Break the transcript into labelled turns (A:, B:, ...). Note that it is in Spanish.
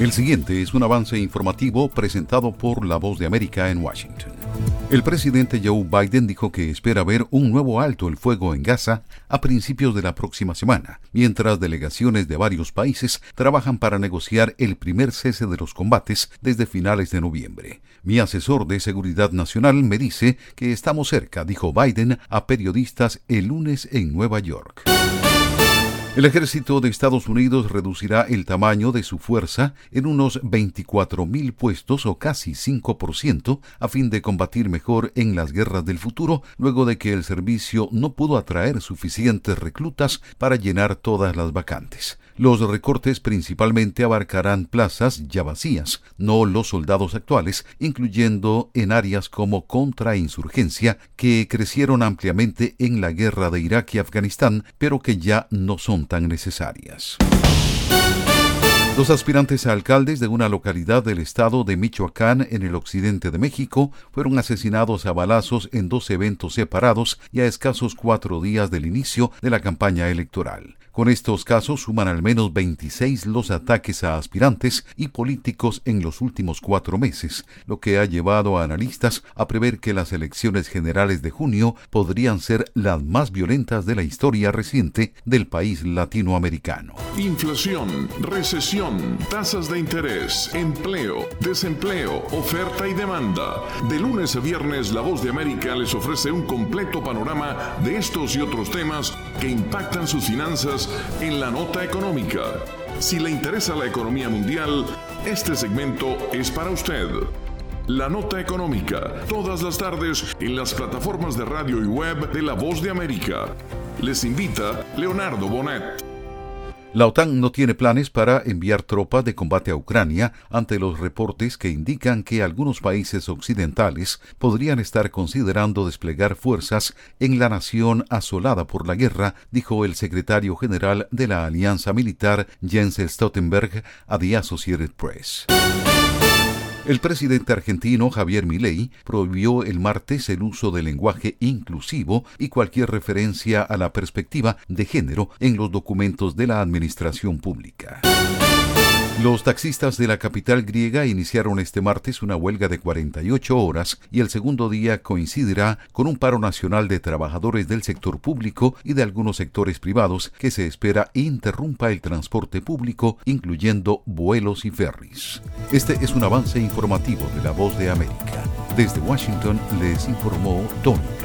A: El siguiente es un avance informativo presentado por La Voz de América en Washington. El presidente Joe Biden dijo que espera ver un nuevo alto el fuego en Gaza a principios de la próxima semana, mientras delegaciones de varios países trabajan para negociar el primer cese de los combates desde finales de noviembre. Mi asesor de seguridad nacional me dice que estamos cerca, dijo Biden a periodistas el lunes en Nueva York. El ejército de Estados Unidos reducirá el tamaño de su fuerza en unos 24,000 puestos o casi 5% a fin de combatir mejor en las guerras del futuro, luego de que el servicio no pudo atraer suficientes reclutas para llenar todas las vacantes. Los recortes principalmente abarcarán plazas ya vacías, no los soldados actuales, incluyendo en áreas como contrainsurgencia, que crecieron ampliamente en la guerra de Irak y Afganistán, pero que ya no son tan necesarias. Dos aspirantes a alcaldes de una localidad del estado de Michoacán, en el occidente de México, fueron asesinados a balazos en dos eventos separados y a escasos 4 días del inicio de la campaña electoral. Con estos casos suman al menos 26 los ataques a aspirantes y políticos en los últimos 4 meses, lo que ha llevado a analistas a prever que las elecciones generales de junio podrían ser las más violentas de la historia reciente del país latinoamericano.
B: Inflación, recesión, tasas de interés, empleo, desempleo, oferta y demanda. De lunes a viernes, La Voz de América les ofrece un completo panorama de estos y otros temas que impactan sus finanzas en la nota económica. Si le interesa la economía mundial, este segmento es para usted. La nota económica, todas las tardes en las plataformas de radio y web de La Voz de América. Les invita Leonardo Bonet.
A: La OTAN no tiene planes para enviar tropas de combate a Ucrania ante los reportes que indican que algunos países occidentales podrían estar considerando desplegar fuerzas en la nación asolada por la guerra, dijo el secretario general de la Alianza Militar Jens Stoltenberg a The Associated Press. El presidente argentino Javier Milei prohibió el martes el uso del lenguaje inclusivo y cualquier referencia a la perspectiva de género en los documentos de la administración pública. Los taxistas de la capital griega iniciaron este martes una huelga de 48 horas y el segundo día coincidirá con un paro nacional de trabajadores del sector público y de algunos sectores privados que se espera interrumpa el transporte público, incluyendo vuelos y ferries. Este es un avance informativo de La Voz de América. Desde Washington les informó Tony.